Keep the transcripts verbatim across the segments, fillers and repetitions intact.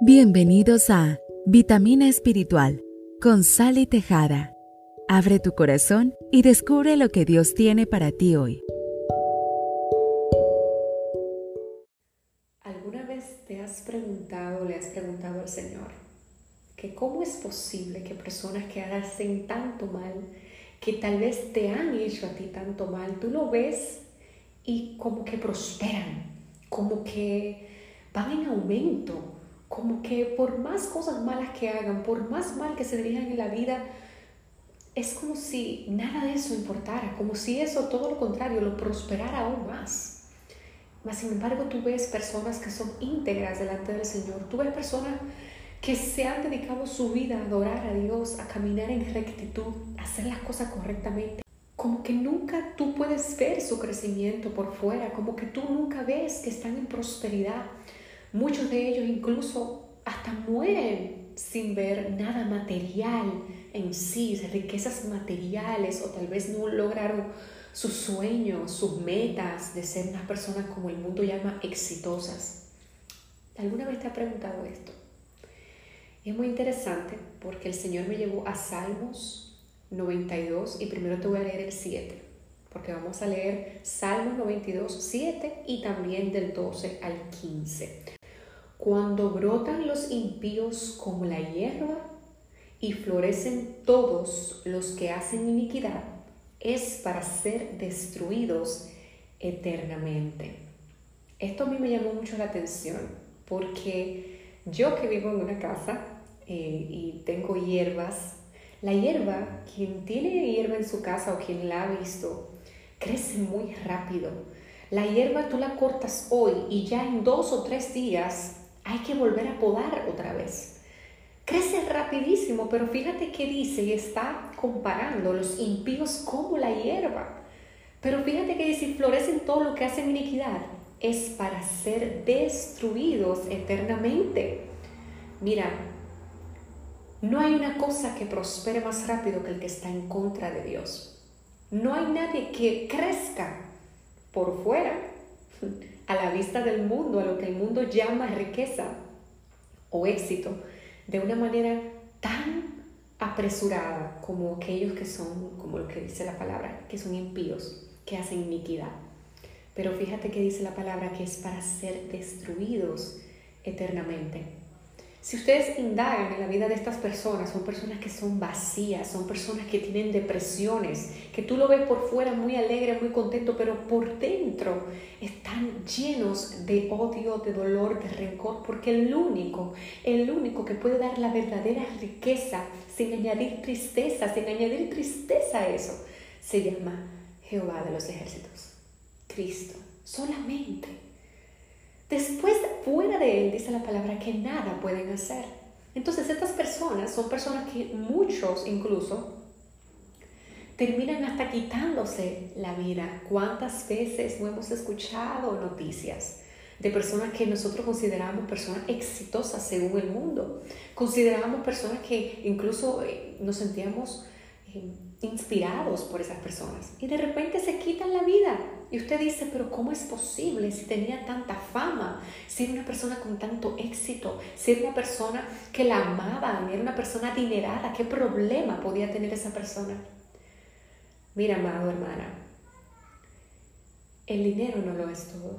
Bienvenidos a Vitamina Espiritual con Sally Tejada. Abre tu corazón y descubre lo que Dios tiene para ti hoy. ¿Alguna vez te has preguntado, le has preguntado al Señor, que cómo es posible que personas que hacen tanto mal, que tal vez te han hecho a ti tanto mal, tú lo ves y como que prosperan, como que van en aumento, como que por más cosas malas que hagan, por más mal que se dirijan en la vida, es como si nada de eso importara, como si eso, todo lo contrario, lo prosperara aún más. Mas sin embargo, tú ves personas que son íntegras delante del Señor, tú ves personas que se han dedicado su vida a adorar a Dios, a caminar en rectitud, a hacer las cosas correctamente. Como que nunca tú puedes ver su crecimiento por fuera, como que tú nunca ves que están en prosperidad. Muchos de ellos incluso hasta mueren sin ver nada material en sí, riquezas materiales, o tal vez no lograron sus sueños, sus metas de ser unas personas como el mundo llama exitosas. ¿Alguna vez te has preguntado esto? Es muy interesante porque el Señor me llevó a Salmos noventa y dos y primero te voy a leer el siete, porque vamos a leer Salmos noventa y dos, siete y también del doce al quince. Cuando brotan los impíos como la hierba y florecen todos los que hacen iniquidad, es para ser destruidos eternamente. Esto a mí me llamó mucho la atención porque yo que vivo en una casa eh, y tengo hierbas, la hierba, quien tiene hierba en su casa o quien la ha visto, crece muy rápido. La hierba tú la cortas hoy y ya en dos o tres días hay que volver a podar otra vez. Crece rapidísimo, pero fíjate que dice y está comparando los impíos como la hierba. Pero fíjate que dice, florecen todo lo que hacen iniquidad, es para ser destruidos eternamente. Mira, no hay una cosa que prospere más rápido que el que está en contra de Dios. No hay nadie que crezca por fuera a la vista del mundo, a lo que el mundo llama riqueza o éxito, de una manera tan apresurada como aquellos que son, como lo que dice la palabra, que son impíos, que hacen iniquidad. Pero fíjate que dice la palabra que es para ser destruidos eternamente. Si ustedes indagan en la vida de estas personas, son personas que son vacías, son personas que tienen depresiones, que tú lo ves por fuera muy alegre, muy contento, pero por dentro están llenos de odio, de dolor, de rencor, porque el único, el único que puede dar la verdadera riqueza sin añadir tristeza, sin añadir tristeza a eso, se llama Jehová de los ejércitos, Cristo, solamente. Después, fuera de Él, dice la palabra que nada pueden hacer. Entonces, estas personas son personas que muchos incluso terminan hasta quitándose la vida. ¿Cuántas veces no hemos escuchado noticias de personas que nosotros consideramos personas exitosas según el mundo? Consideramos personas que incluso eh, nos sentíamos eh, inspirados por esas personas y de repente se quitan la vida. Y usted dice, pero ¿cómo es posible si tenía tanta fama, si era una persona con tanto éxito, si era una persona que la amaban, era una persona adinerada? ¿Qué problema podía tener esa persona? Mira, amado, hermana, el dinero no lo es todo.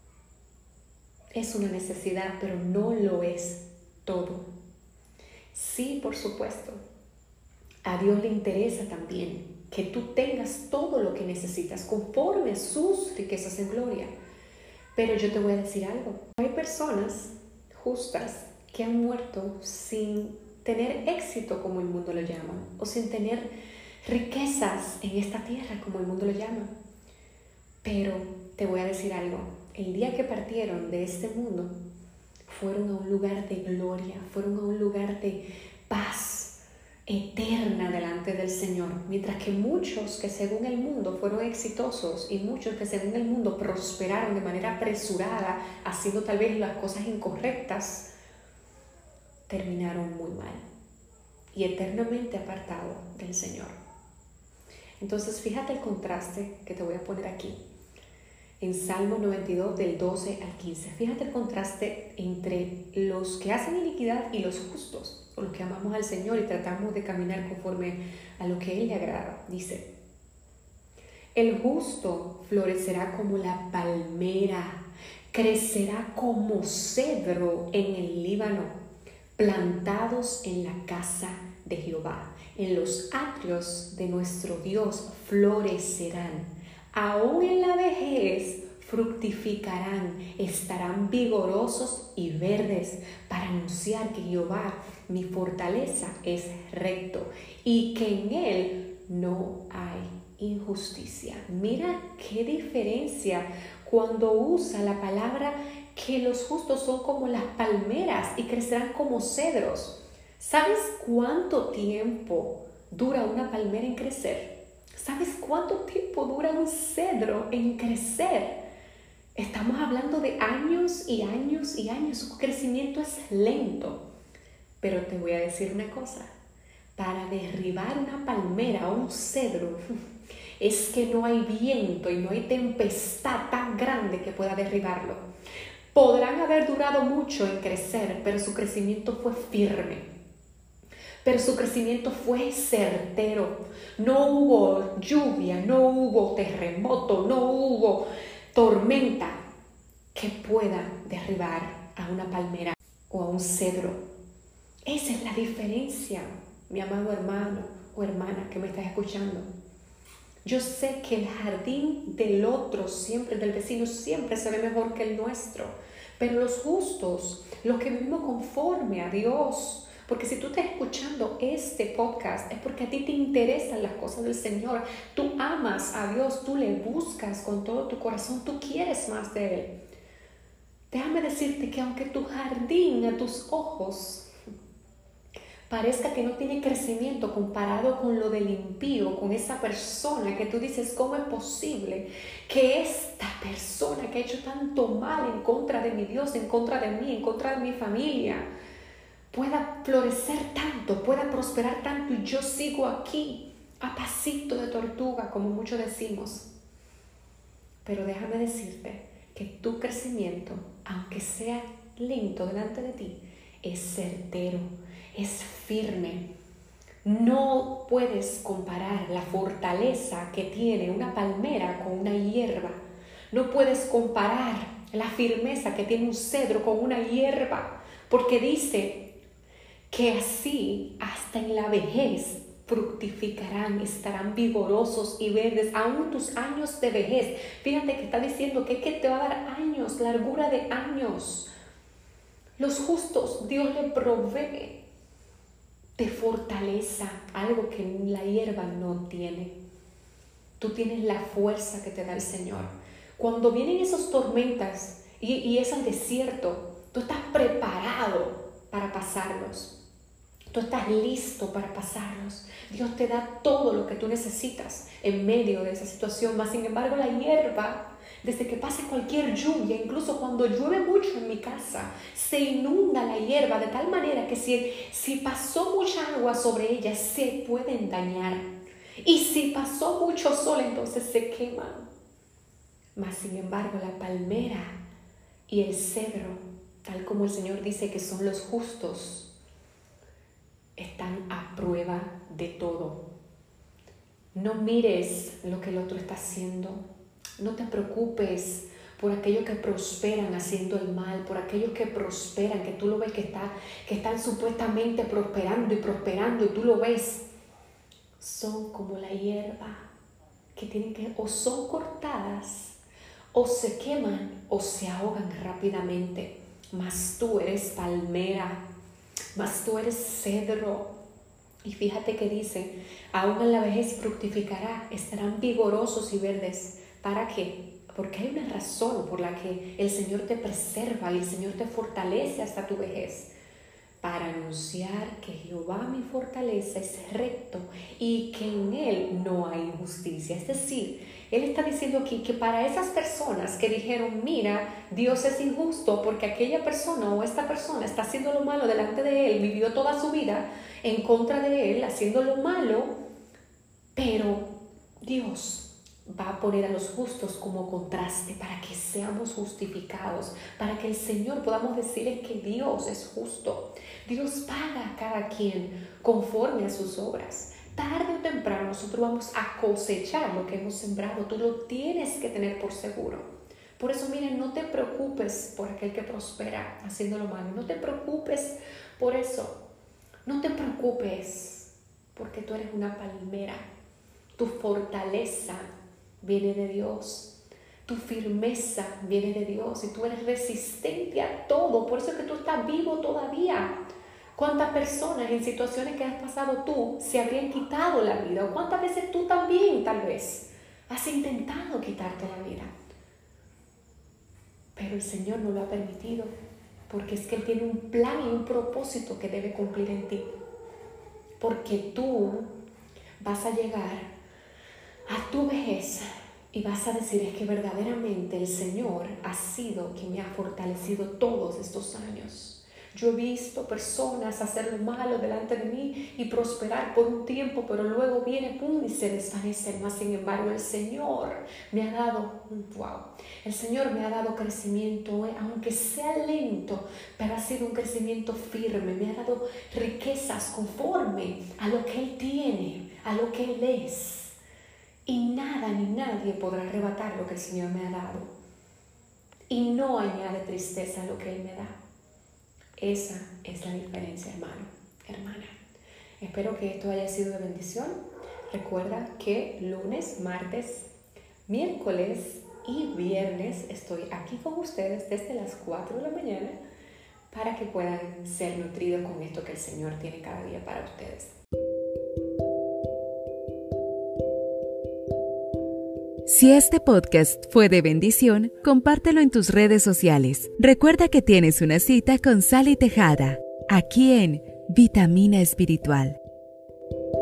Es una necesidad, pero no lo es todo. Sí, por supuesto, a Dios le interesa también que tú tengas todo lo que necesitas conforme sus riquezas en gloria. Pero yo te voy a decir algo. Hay personas justas que han muerto sin tener éxito, como el mundo lo llama, o sin tener riquezas en esta tierra, como el mundo lo llama. Pero te voy a decir algo. El día que partieron de este mundo, fueron a un lugar de gloria, fueron a un lugar de paz eterna delante del Señor, mientras que muchos que según el mundo fueron exitosos y muchos que según el mundo prosperaron de manera apresurada, haciendo tal vez las cosas incorrectas, terminaron muy mal y eternamente apartados del Señor. Entonces fíjate el contraste que te voy a poner aquí. en Salmo noventa y dos del doce al quince. Fíjate el contraste entre los que hacen iniquidad y los justos, o los que amamos al Señor y tratamos de caminar conforme a lo que Él le agrada. Dice: el justo florecerá como la palmera, crecerá como cedro en el Líbano, plantados en la casa de Jehová. En los atrios de nuestro Dios florecerán. Aún en la vejez fructificarán, estarán vigorosos y verdes, para anunciar que Jehová, mi fortaleza, es recto y que en él no hay injusticia. Mira qué diferencia cuando usa la palabra que los justos son como las palmeras y crecerán como cedros. ¿Sabes cuánto tiempo dura una palmera en crecer? ¿Sabes cuánto tiempo dura un cedro en crecer? Estamos hablando de años y años y años. Su crecimiento es lento. Pero te voy a decir una cosa. Para derribar una palmera o un cedro, es que no hay viento y no hay tempestad tan grande que pueda derribarlo. Podrán haber durado mucho en crecer, pero su crecimiento fue firme. Pero su crecimiento fue certero. No hubo lluvia, no hubo terremoto, no hubo tormenta que pueda derribar a una palmera o a un cedro. Esa es la diferencia, mi amado hermano o hermana que me estás escuchando. Yo sé que el jardín del otro, siempre, del vecino, siempre se ve mejor que el nuestro. Pero los justos, los que vivimos conforme a Dios, porque si tú estás escuchando este podcast es porque a ti te interesan las cosas del Señor. Tú amas a Dios, tú le buscas con todo tu corazón, tú quieres más de Él. Déjame decirte que aunque tu jardín a tus ojos parezca que no tiene crecimiento comparado con lo del impío, con esa persona que tú dices, ¿cómo es posible que esta persona que ha hecho tanto mal en contra de mi Dios, en contra de mí, en contra de mi familia, pueda florecer tanto, pueda prosperar tanto y yo sigo aquí a pasito de tortuga, como muchos decimos? Pero déjame decirte que tu crecimiento, aunque sea lento delante de ti, es certero, es firme. No puedes comparar la fortaleza que tiene una palmera con una hierba. No puedes comparar la firmeza que tiene un cedro con una hierba, porque dice que así hasta en la vejez fructificarán, estarán vigorosos y verdes, aún tus años de vejez. Fíjate que está diciendo que, que te va a dar años, largura de años. Los justos, Dios le provee de fortaleza, algo que la hierba no tiene. Tú tienes la fuerza que te da el Señor. Cuando vienen esas tormentas y, y es el desierto, tú estás preparado para pasarlos. Tú estás listo para pasarlos. Dios te da todo lo que tú necesitas en medio de esa situación. Mas, sin embargo, la hierba, desde que pase cualquier lluvia, incluso cuando llueve mucho en mi casa, se inunda la hierba de tal manera que si, si pasó mucha agua sobre ella, se pueden dañar. Y si pasó mucho sol, entonces se queman. Mas, sin embargo, la palmera y el cedro, tal como el Señor dice que son los justos, están a prueba de todo. No mires lo que el otro está haciendo. No te preocupes por aquellos que prosperan haciendo el mal, por aquellos que prosperan, que tú lo ves que, está, que están supuestamente prosperando y prosperando y tú lo ves. Son como la hierba que tienen que o son cortadas o se queman o se ahogan rápidamente. Mas tú eres palmera, mas tú eres cedro. Y fíjate que dice, aún en la vejez fructificará, estarán vigorosos y verdes. ¿Para qué? Porque hay una razón por la que el Señor te preserva y el Señor te fortalece hasta tu vejez. Para anunciar que Jehová mi fortaleza es recto y que en Él no hay injusticia. Es decir, Él está diciendo aquí que para esas personas que dijeron, mira, Dios es injusto porque aquella persona o esta persona está haciendo lo malo delante de Él, vivió toda su vida en contra de Él, haciendo lo malo, pero Dios va a poner a los justos como contraste para que seamos justificados, para que el Señor podamos decir que Dios es justo. Dios paga a cada quien conforme a sus obras. Tarde o temprano nosotros vamos a cosechar lo que hemos sembrado. Tú lo tienes que tener por seguro. Por eso, miren, no te preocupes por aquel que prospera haciendo lo malo. No te preocupes por eso. No te preocupes porque tú eres una palmera. Tu fortaleza viene de Dios. Tu firmeza viene de Dios y tú eres resistente a todo. Por eso es que tú estás vivo todavía. ¿Cuántas personas en situaciones que has pasado tú se habrían quitado la vida? ¿O cuántas veces tú también tal vez has intentado quitarte la vida? Pero el Señor no lo ha permitido porque es que Él tiene un plan y un propósito que debe cumplir en ti. Porque tú vas a llegar a tu vejez y vas a decir, es que verdaderamente el Señor ha sido quien me ha fortalecido todos estos años. Yo he visto personas hacer lo malo delante de mí y prosperar por un tiempo, pero luego viene pum, y se desvanecen. Más sin embargo, el Señor me ha dado, wow, el Señor me ha dado crecimiento, eh, aunque sea lento, pero ha sido un crecimiento firme. Me ha dado riquezas conforme a lo que Él tiene, a lo que Él es. Y nada ni nadie podrá arrebatar lo que el Señor me ha dado. Y no añade tristeza a lo que Él me da. Esa es la diferencia, hermano, hermana. Espero que esto haya sido de bendición. Recuerda que lunes, martes, miércoles y viernes estoy aquí con ustedes desde las cuatro de la mañana para que puedan ser nutridos con esto que el Señor tiene cada día para ustedes. Si este podcast fue de bendición, compártelo en tus redes sociales. Recuerda que tienes una cita con Sally Tejada, aquí en Vitamina Espiritual.